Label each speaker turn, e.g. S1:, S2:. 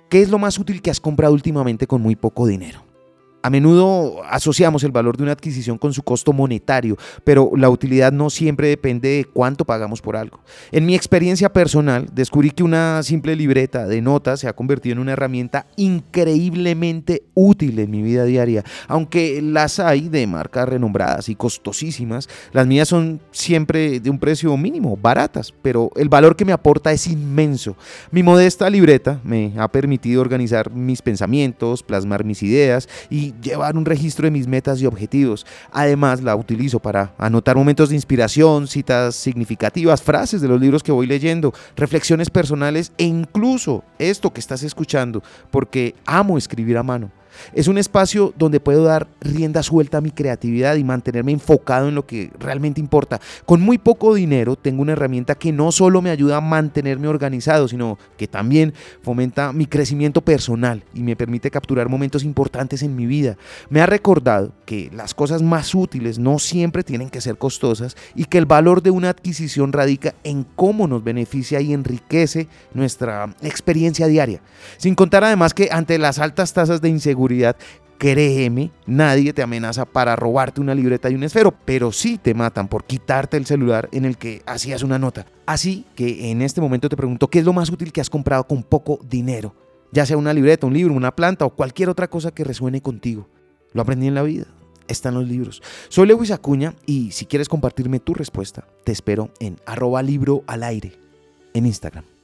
S1: ¿Qué es lo más útil que has comprado últimamente con muy poco dinero? A menudo asociamos el valor de una adquisición con su costo monetario, pero la utilidad no siempre depende de cuánto pagamos por algo. En mi experiencia personal, descubrí que una simple libreta de notas se ha convertido en una herramienta increíblemente útil en mi vida diaria. Aunque las hay de marcas renombradas y costosísimas, las mías son siempre de un precio mínimo, baratas, pero el valor que me aporta es inmenso. Mi modesta libreta me ha permitido organizar mis pensamientos, plasmar mis ideas y llevar un registro de mis metas y objetivos. Además, la utilizo para anotar momentos de inspiración, citas significativas, frases de los libros que voy leyendo, reflexiones personales e incluso esto que estás escuchando, porque amo escribir a mano. Es un espacio donde puedo dar rienda suelta a mi creatividad y mantenerme enfocado en lo que realmente importa. Con muy poco dinero tengo una herramienta que no solo me ayuda a mantenerme organizado, sino que también fomenta mi crecimiento personal y me permite capturar momentos importantes en mi vida. Me ha recordado que las cosas más útiles no siempre tienen que ser costosas y que el valor de una adquisición radica en cómo nos beneficia y enriquece nuestra experiencia diaria. Sin contar además que ante las altas tasas de inseguridad, créeme, nadie te amenaza para robarte una libreta y un esfero, pero sí te matan por quitarte el celular en el que hacías una nota. Así que en este momento te pregunto, ¿qué es lo más útil que has comprado con poco dinero? Ya sea una libreta, un libro, una planta o cualquier otra cosa que resuene contigo. Lo aprendí en la vida. Está en los libros. Soy Lewis Acuña y si quieres compartirme tu respuesta, te espero en @libroalaire en Instagram.